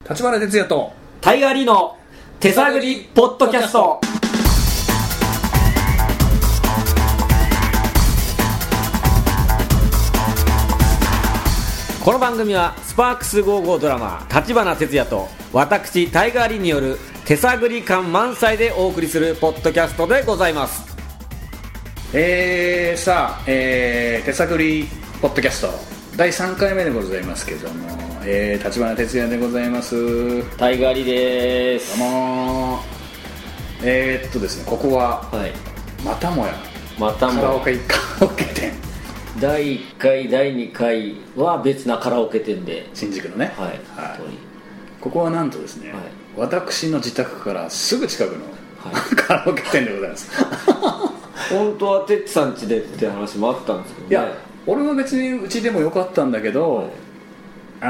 立花哲也とタイガーリーの手探りポッドキャスト。この番組はスパークス55ドラマ立花哲也と私タイガーリーによる手探り感満載でお送りするポッドキャストでございます。 手探りポッドキャスト第3回目でございますけども、立花哲也でございます。 タイガーリーです。 どうもですね、ここは、 はい、 またもやカラオケ店第1回第2回は別なカラオケ店で新宿のね、 はい、 ここはなんとですね、はい、私の自宅からすぐ近くの、 はい、 カラオケ店でございます本当はてっちさん家でって話もあったんですけどね。 いや俺は別にうちでもよかったんだけど、はい、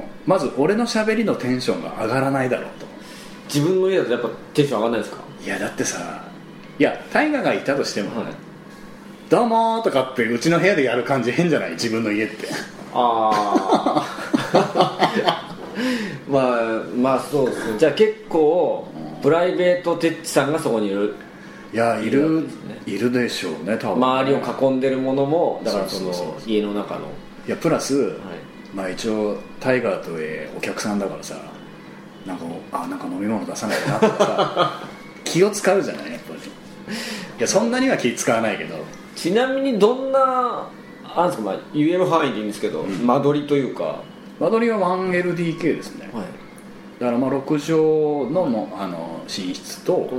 まず俺の喋りのテンションが上がらないだろうと。 自分の家だとやっぱテンション上がらないですか？いやだってさ、いや大河がいたとしても、 はい、 どうもーとかってうちの部屋でやる感じ変じゃない？自分の家ってああまあそうですね。じゃあ結構プライベートてっちさんがそこにいる。 いやいるでしょうね、多分ね。 周りを囲んでるものもだからその家の中の、 いやプラス、 はい、まあ一応タイガーとお客さんだからさ、なんか飲み物出さないかなとかさ気を使うじゃないやっぱり。いやそんなには気使わないけど。 ちなみにどんなですか、言える範囲でいいんですけど、間取りというか。 間取りは 1LDK ですね、はい、だから6畳の寝室と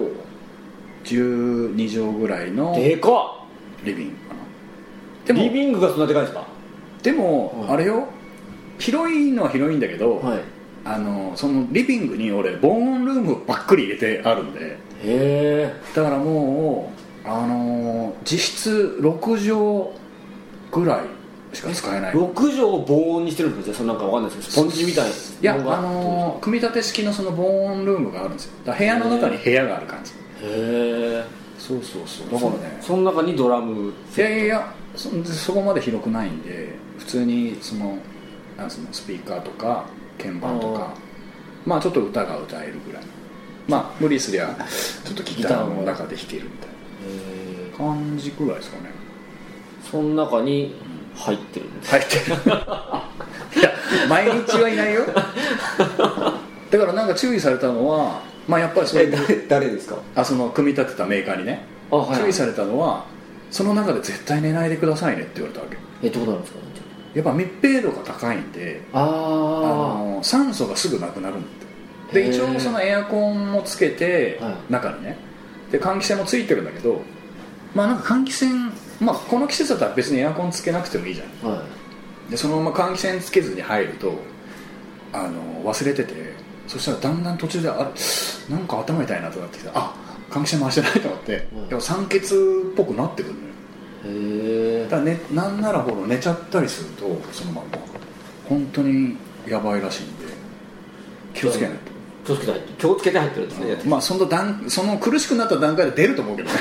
12畳ぐらいのでかっリビングかな。でもリビングがそんなでかいですか？ でも、あれよ、広いのは広いんだけど、はい、そのリビングに俺防音ルームばっくり入れてあるんで、 へだからもう実質6畳ぐらいしか使えない。 6畳を防音にしてるんですか？じゃあそのなんかわかんないですけどスポンジみたいな。いや組み立て式のその防音ルームがあるんですよ。だから部屋の中に部屋がある感じ。 へえ。 そうだからね、 その中にドラム。 いやそこまで広くないんで、普通にそのスピーカーとか鍵盤とか、まあちょっと歌が歌えるぐらい、まあ無理すりゃちょっとギターの中で弾けるみたいな感じぐらいですかね。 その中に入ってるんです。 入ってるいや毎日はいないよだからなんか注意されたのは、まあやっぱりそういう。 誰ですか？ その組み立てたメーカーにね、はい、注意されたのは、その中で絶対寝ないでくださいねって言われたわけ。 どうなるんですか？ やっぱ密閉度が高いんで、酸素がすぐなくなるんだって。で一応そのエアコンもつけて、はい、中にね、で換気扇もついてるんだけど、まあなんか換気扇、まあこの季節だったら別にエアコンつけなくてもいいじゃん、はい、でそのまま換気扇つけずに入ると忘れてて、そしたらだんだん途中でなんか頭痛いなとなってきて、換気扇回してないと思って、やっぱ酸欠っぽくなってくるのよ。だからなんならほら寝ちゃったりするとそのまま本当にやばいらしいんで気をつけないと。 気をつけて入ってるんですね。 まあその苦しくなった段階で出ると思うけどね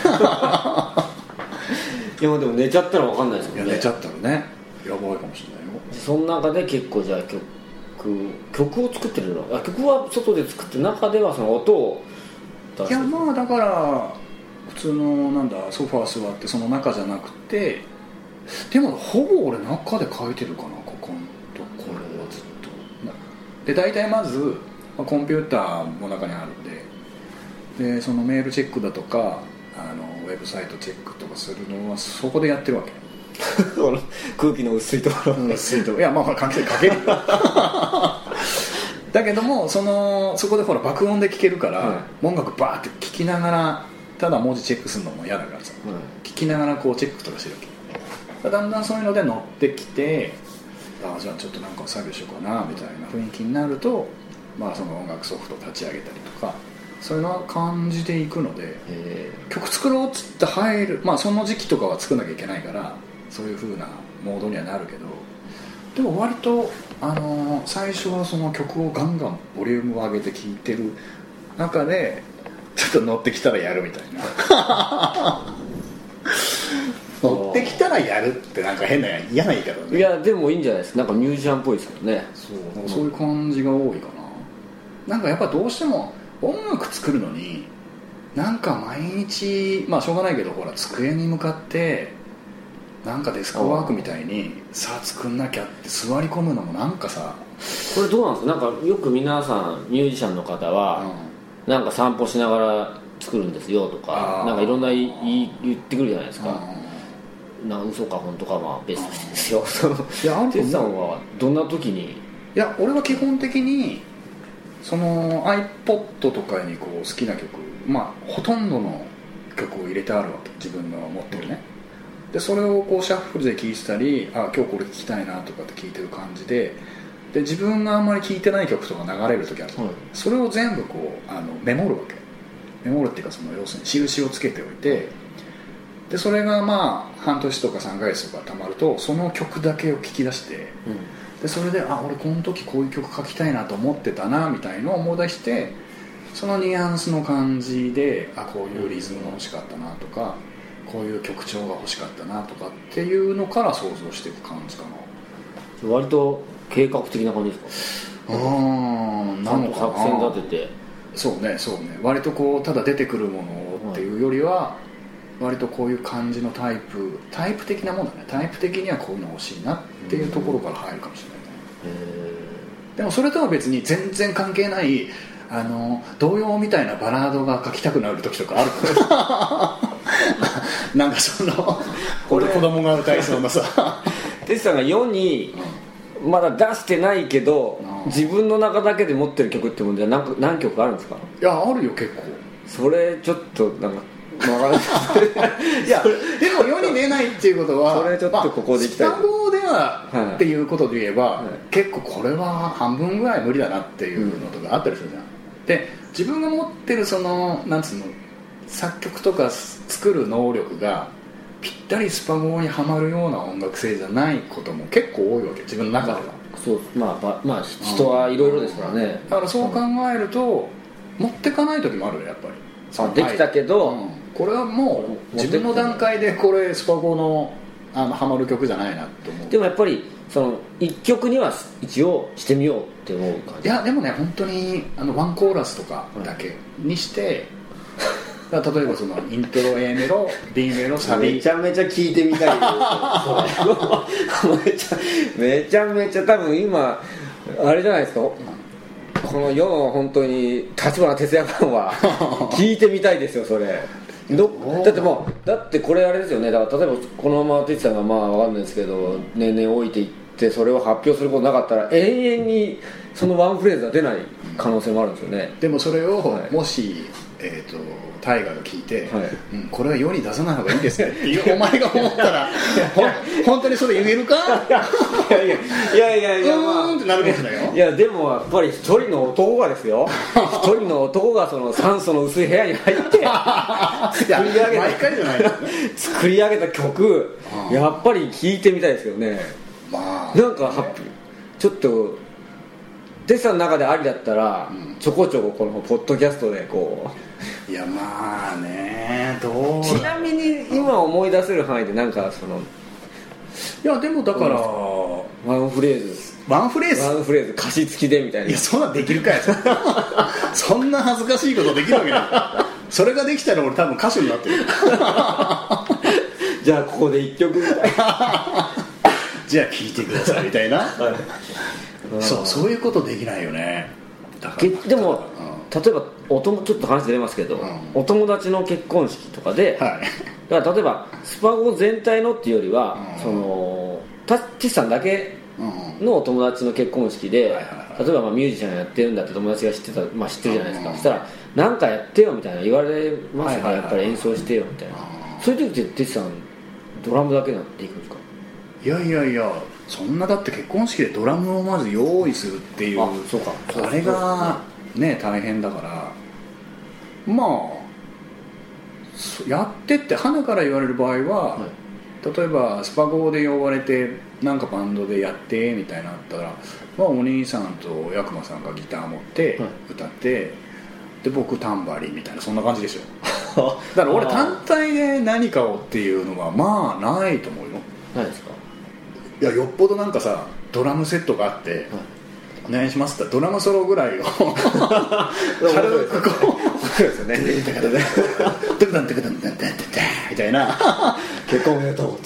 いやでも寝ちゃったら分かんないですもんね。 いや寝ちゃったらねやばいかもしれないよ。 その中で結構じゃあ曲を作ってるの？曲は外で作って、中ではその音を出す。 いやまあだから普通のソファー座ってその中じゃなくて、でもほぼ俺中で書いてるかな、ここのところはずっと。で大体まずコンピューターも中にあるんで、そのメールチェックだとかウェブサイトチェックとかするのはそこでやってるわけ空気の薄いところ、 いやまあ関係かけるだけどもそこでほら爆音で聴けるから、音楽バーって聴きながらただ文字チェックするのも嫌だからさ、聴きながらこうチェックとかしてるわけ。だんだんそういうので乗ってきて、じゃあちょっとなんか作業しようかなみたいな雰囲気になると、まあその音楽ソフトを立ち上げたりとかそういうの感じていくので、曲作ろうっつって入る、まあその時期とかは作んなきゃいけないからそういう風なモードにはなるけど、でも割と最初はその曲をガンガンボリュームを上げて聴いてる中でちょっと乗ってきたらやるみたいな乗ってきたらやるってなんか変な嫌な言い方ね。 いやでもいいんじゃないですか。なんかミュージシャンっぽいですけどね。 そういう感じが多いかな。 なんかやっぱどうしても音楽作るのになんか毎日まあしょうがないけどほら机に向かってなんかデスクワークみたいにさあ作んなきゃって座り込むのもなんかさ、 これどうなんですか？なんかよく皆さんミュージシャンの方は、なんか散歩しながら作るんですよとかなんかいろんな言ってくるじゃないですか。嘘か本当かまあ別としてですよ。 いやテツさんはどんな時に？ いや俺は基本的にその iPod とかにこう好きな曲、まあほとんどの曲を入れてあるわけ、自分が持ってるね。でそれをこうシャッフルで聴いてたり、あ今日これ聴きたいなとかって聴いてる感じで、で自分があんまり聴いてない曲とか流れる時ある、それを全部こうメモるわけ。メモるっていうかその要するに印をつけておいて、でそれがまあ半年とか3ヶ月とかたまるとその曲だけを聴き出して、でそれで俺この時こういう曲書きたいなと思ってたなみたいのを思い出して、そのニュアンスの感じでこういうリズムが欲しかったなとか、こういう曲調が欲しかったなとかっていうのから想像していく感じかな。 割と計画的な感じですか？なんと作戦立てて。 そうね割とこうただ出てくるものっていうよりは、割とこういう感じのタイプ的なものだね。タイプ的にはこういうの欲しいなっていうところから入るかもしれないね。でもそれとは別に全然関係ない童謡みたいなバラードが書きたくなる時とかあるからなんかその子供が歌いそうなさテツさんが世にまだ出してないけど自分の中だけで持ってる曲ってもんじゃ何曲あるんですか？ いやあるよ結構。 それちょっとなんか分からないいやでも世に出ないっていうことはそれちょっとここでいきたい、 スタボではっていうことで言えば、結構これは半分ぐらい無理だなっていうのとかあったりするじゃん。で自分が持ってるそのなんつうの作曲とか作る能力がぴったりスパゴーにはまるような音楽性じゃないことも結構多いわけ、自分の中では。 そうまあ人はいろいろですからね。 だからそう考えると持ってかない時もあるよやっぱり。 できたけど、 これはもう自分の段階でこれスパゴのハマる曲じゃないなと思う。 でもやっぱりその1曲には一応してみようって思う感じ。 いやでもね本当にワンコーラスとかだけにして、例えばそのイントロ A メロ B メロサビめちゃめちゃ聴いてみたいめちゃめちゃ多分今あれじゃないですか、この世の本当に立花哲也ファンは聞いてみたいですよそれ。だってこれあれですよね。だから例えばこのまま哲也さんがまあ分かんないですけど年々老いていってそれを発表することなかったら永遠にそのワンフレーズが出ない可能性もあるんですよね。 でもそれをもしタイガーが聞いて、これは世に出さない方がいいですねっていうお前が思ったら本当にそれ言えるか？ いやうんってなるかもしれないよ。 いやでもやっぱり一人の男がですよ一人の男がその酸素の薄い部屋に入って作り上げた毎回じゃないですね作り上げた曲やっぱり聴いてみたいですよね。なんかちょっとテツさんの中でありだったら、ちょこちょここのポッドキャストでこういやまあねどうちなみに今思い出せる範囲でなんかそのいやでもだからワンフレーズ歌詞付きでみたいな。 いやそんなできるかよそんな恥ずかしいことできるわけないそれができたら俺多分歌手になってるじゃあここで1曲みたいなじゃあ聴いてくださいみたいなそういうことできないよね。だからでも、例えばちょっと話出ますけど、お友達の結婚式とかで、だから例えばスパゴ全体のっていうよりは、そのテツさんだけのお友達の結婚式で、例えばミュージシャンやってるんだって友達が知ってるじゃないですか。そしたらなんかやってよみたいな言われますから、やっぱり演奏してよみたいな。そういう時ってテツさんドラムだけなんていくんですか？ いやそんなだって結婚式でドラムをまず用意するっていうあれがね大変だから、まあやってって花から言われる場合は、例えばスパゴで呼ばれてなんかバンドでやってみたいなのあったら、お兄さんとヤクマさんがギター持って歌って、で僕タンバリンみたいなそんな感じですよだから俺単体で何かをっていうのはまあないと思うよ。 ないですか？ いやよっぽどなんかさドラムセットがあって、 お願いしますってドラムソロぐらいを軽くこうですよねトクタントクタンタンタンタンみたいな結婚おめでとう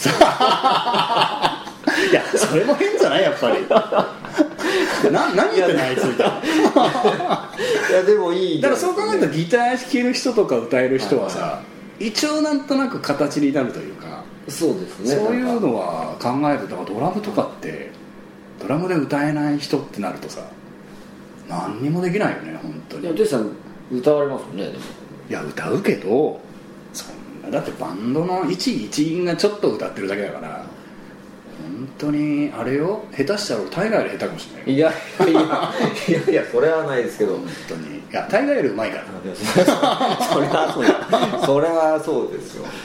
いやそれも変じゃないやっぱり何言ってんのあいつみたいないやでもいいだからそう考えたらギター弾ける人とか歌える人はさ、一応なんとなく形になるというか、 そうですね、 そういうのは考えると、ドラムとかってドラムで歌えない人ってなるとさ何にもできないよね本当に。 いやテスさん歌われますもんね。でもいや歌うけどそんなだってバンドの一員がちょっと歌ってるだけだから本当にあれよ、下手したらタイガーより下手かもしれない。 いやそれはないですけど本当に。いやタイガーよりうまいからそれはそうですよ、はい、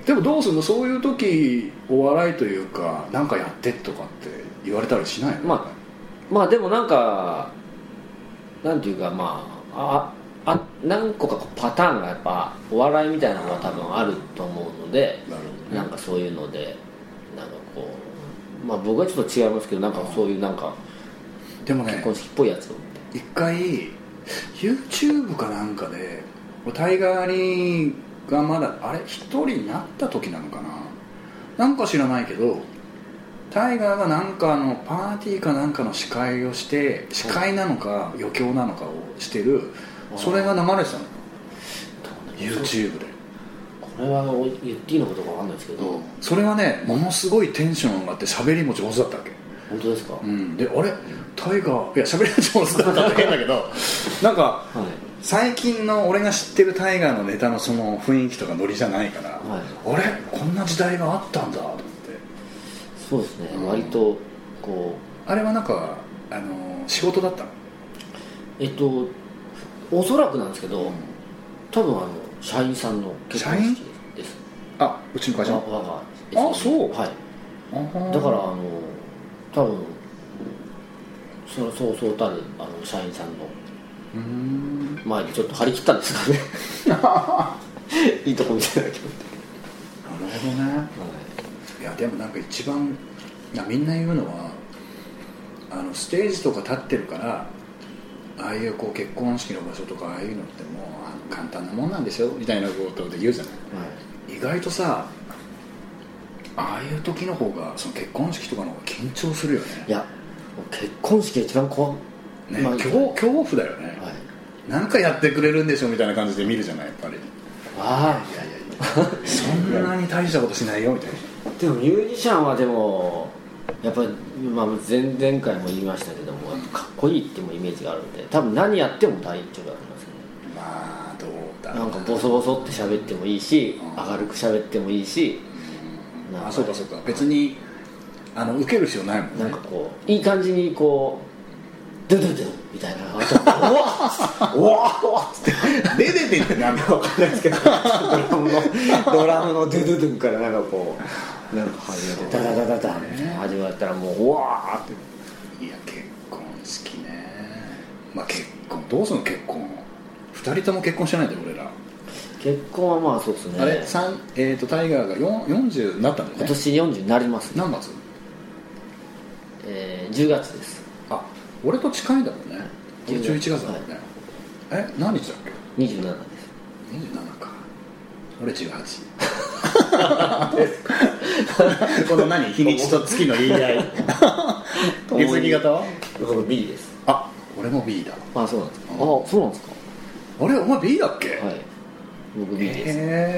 でもどうするのそういう時、お笑いというかなんかやってとかって言われたりしないの？ まあでもなんかなんていうか何個かパターンがやっぱお笑いみたいなのが多分あると思うので、なんかそういうのでなんかこう、まあ僕はちょっと違いますけど、なんかそういうなんかでもね、 結婚式っぽいやつを一回 YouTube かなんかでタイガーにがまだあれ一人になった時なのかな、なんか知らないけどタイガーがなんかパーティーかなんかの司会をして、司会なのか余興なのかをしてる、それが流れてたの YouTube で。 これは言っていいのかどうかわかんないですけど、 それがねものすごいテンションがあって喋りも上手だったわけ。 本当ですか？ であれタイガーいや喋りも上手だったって変だけどなんか、はい、最近の俺が知ってるタイガーのネタのその雰囲気とかノリじゃないから、はい、あれこんな時代があったんだと思って。 そうですね、割とこうあれはなんか仕事だったの？ おそらくなんですけど、多分社員さんの結婚式です。 あ、うちの会社の？あ、そう。はい。 だから多分そうたる社員さんの前でちょっと張り切ったんですかねいいとこ見せなきゃ。なるほどね、はい、いやでもなんか一番みんな言うのはステージとか立ってるから、ああいうこう結婚式の場所とかああいうのってもう簡単なもんなんですよみたいなことで言うじゃない、はい、意外とさああいう時の方がその結婚式とかの方が緊張するよね。 いや結婚式が一番怖い、 ね、恐怖だよね、はい、なんかやってくれるんでしょみたいな感じで見るじゃないやっぱり。 ああいやそんなに大したことしないよみたいなでもミュージシャンはでもやっぱり、前々回も言いましたけども、かっこいいっていうイメージがあるんで、多分何やっても大丈夫だと思いますね。 まあどうだろうなんかボソボソって喋ってもいいし、明るく喋ってもいいし、 あ、そうか別に受ける必要ないもんね。 なんかこういい感じにこうドゥドゥドゥみたいなおわってデデデって何か分かんないですけどドラムのドゥドゥドゥからなんかこうなんか始めてダダダダダって始まったらもううわーって。 いや結婚式ね。まあ結婚どうすんの結婚。2人とも結婚してないんだよ俺ら。 結婚はまあそうですね。 あれタイガーが40になったんだよね。 今年40になります、ね、 何月 ？10月です。 あ、俺と近いんだもんね。11月だもんね、はい、何日だっけ ？27です。 27か。俺18この何日にちと月の言い合い血液型は？ 僕 B です。 あ、俺も B だ。 あ、そうなんですか。あ、そうなんですか。 あれお前 B だっけ？ はい、僕 B です。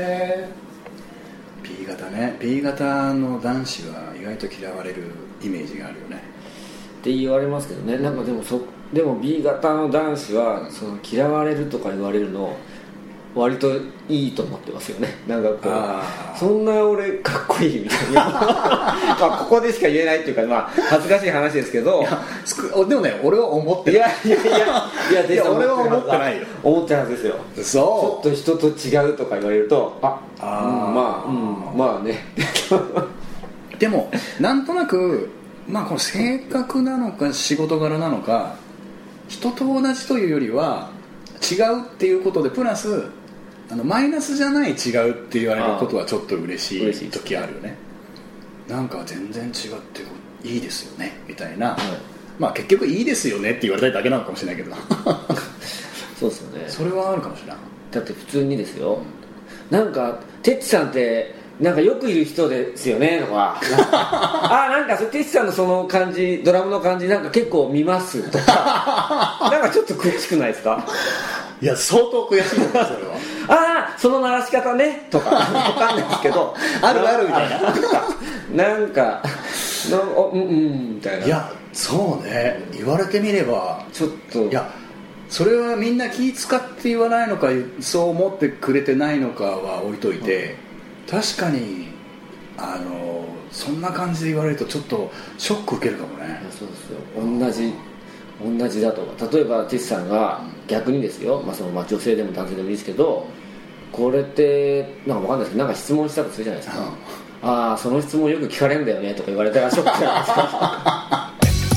B 型ね。 B 型の男子は意外と嫌われるイメージがあるよねって言われますけどね。なんかでも B 型の男子はその嫌われるとか言われるの割といいと思ってますよね。なんかこうそんな俺かっこいいみたいなまあここでしか言えないっていうか、まあ恥ずかしい話ですけどでもね俺は思ってない。 いや俺は思ってないよ。 思ってるはずですよ。そうちょっと人と違うとか言われるとまあねでもなんとなくまあこの性格なのか仕事柄なのか人と同じというよりは違うっていうことでプラスマイナスじゃない違うって言われることはちょっと嬉しい時あるよね。なんか全然違っていいですよねみたいな、はい、 まあ結局いいですよねって言われたいだけなのかもしれないけどそうですよね。 それはあるかもしれない。 だって普通にですよ、なんかテッチさんってなんかよくいる人ですよねとかなんかテッチさんのその感じ、ドラムの感じなんか結構見ますとかなんかちょっと苦しくないですか？ いや相当悔しいんだよそれはその鳴らし方ねとかわかんないですけどあるあるみたいななんかみたいな。 いやそうね、言われてみればちょっと、 いやそれはみんな気使って言わないのかそう思ってくれてないのかは置いといて、確かにそんな感じで言われるとちょっとショック受けるかもね。 そうですよ、同じだと。例えばティスさんが逆にですよ、女性でも男性でもいいですけど、これってなんか分かんないですけど、なんか質問したとするじゃないですか、その質問よく聞かれるんだよねとか言われたらショックじゃないですか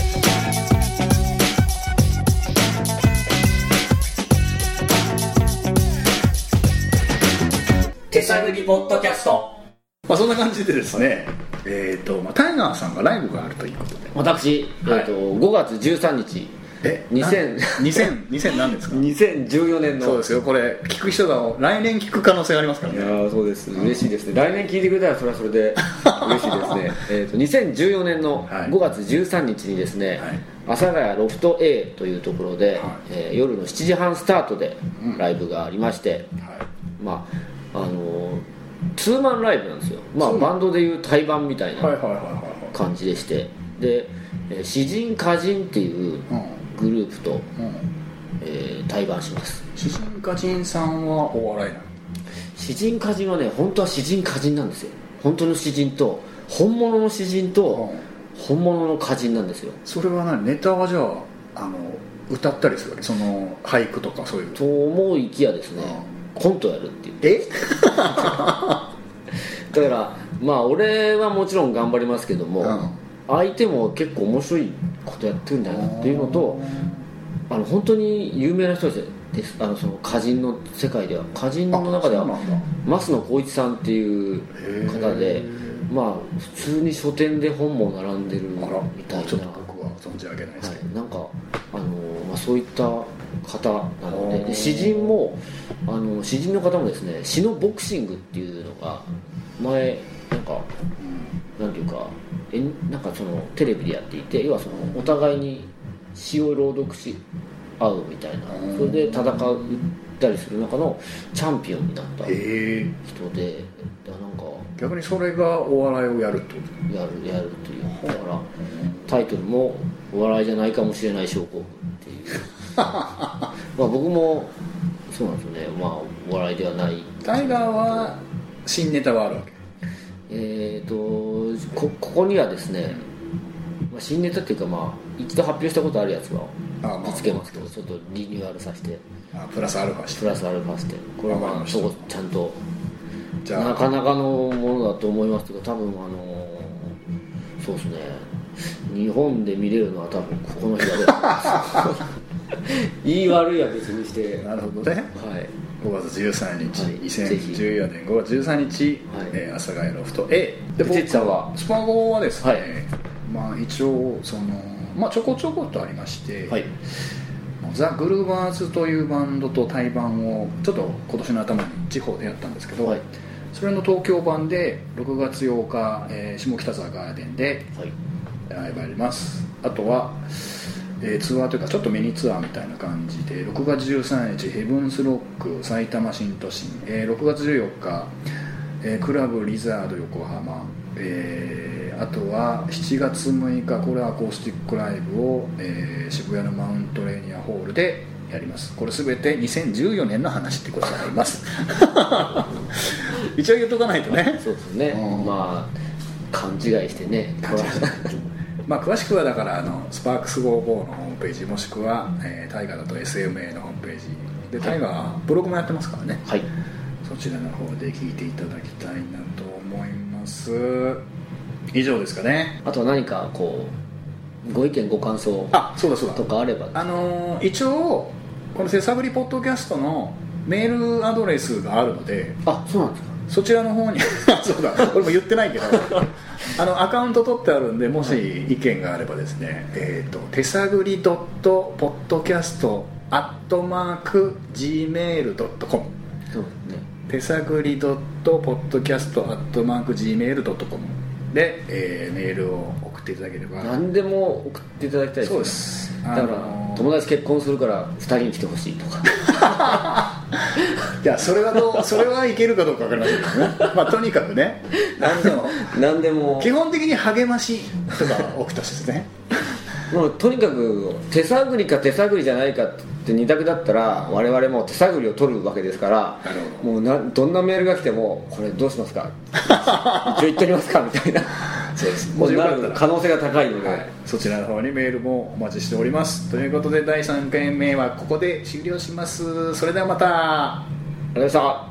手探りポッドキャスト。 そんな感じでですね、タイガーさんがライブがあるということで、 私、5月13日 2000何ですか 2014年の。 そうですよ、これ聞く人が来年聞く可能性がありますからね。 いやそうです、嬉しいですね。来年聞いてくれたらそれはそれで嬉しいですね2014年の5月13日にですね、阿佐ヶ谷ロフト A というところで、夜の7時半スタートでライブがありまして、ツーマンライブなんですよ。バンドでいう対バンみたいな感じでして、で詩人歌人っていうグループと、対バンします。 詩人歌人さんはお笑いなの？ 詩人歌人はね、本当は詩人歌人なんですよ。本当の詩人と本物の詩人と本物の歌人なんですよ。 それは何、ネタはじゃあ歌ったりするわけ？その俳句とかそういうと思いきやですね、コントやるっていうだから俺はもちろん頑張りますけども、相手も結構面白いことやってるんだなっていうのと、本当に有名な人です。その歌人の世界では、歌人の中では増野光一さんっていう方で、普通に書店で本も並んでるみたいな。 ちょっと僕は存じ上げないですけど、 なんかそういった方なので、詩人も詩人の方もですね、詩のボクシングっていうのが前なんていうかなんかそのテレビでやっていて、要はそのお互いに詩を朗読し合うみたいな、それで戦ったりする中のチャンピオンになった人で、なんか逆にそれがお笑いをやるってこと？ やるという。だからタイトルもお笑いじゃないかもしれない症候群っていう僕もそうなんですよね。お笑いではない。 タイガーは新ネタはあるわけ？ ここにはですね、新ネタっていうか一度発表したことあるやつは見つけますけど、ちょっとリニューアルさせて、 プラスアルファして、 これはそこちゃんとなかなかのものだと思いますけど、多分そうですね、日本で見れるのは多分ここの日だけだと思います言い悪いは別にして。 なるほどね。5月13日、2014年5月13日、阿佐ヶ谷ロフト A で、僕はスパゴはですね、一応ちょこちょことありまして、ザ・グルーバーズというバンドと対バンをちょっと今年の頭に地方でやったんですけど、それの東京版で6月8日、下北沢ガーデンでライブあります。あとはツアーというかちょっとミニツアーみたいな感じで、6月13日ヘブンスロック埼玉新都心、6月14日、クラブリザード横浜、あとは7月6日これはアコースティックライブを、渋谷のマウントレーニアホールでやります。これ全て2014年の話ってことになります一応言っとかないとね。 そうですね、勘違いしてね詳しくはだからスパークス55のホームページ、もしくは、タイガーだと SMA のホームページで、タイガーはブログもやってますからね、そちらの方で聞いていただきたいなと思います。以上ですかね。 あとは何かご意見ご感想とかあれば、 一応この手探りポッドキャストのメールアドレスがあるので、 そうなんですか。 そちらの方にそうだ、俺も言ってないけどアカウント取ってあるんで、もし意見があればですね、手探り.podcast@gmail.com そうね、 手探り.podcast@gmail.com で、メールを送っていただければ。 何でも送っていただきたいですね。 そうです。 だから、友達結婚するから2人に来てほしいとかいや、それはいけるかどうか分かりませんけどねまあとにかくね、 何でも基本的に励ましとか送ってほしいですねもうとにかく手探りか手探りじゃないかって2択だったら、我々も手探りを取るわけですから、もうどんなメールが来ても、これどうしますか一応言っておりますかみたいなそうです。 もうなる可能性が高いので、 そちらの方にメールもお待ちしております。ということで第3回目はここで終了します。それではまた。 ありがとうございました。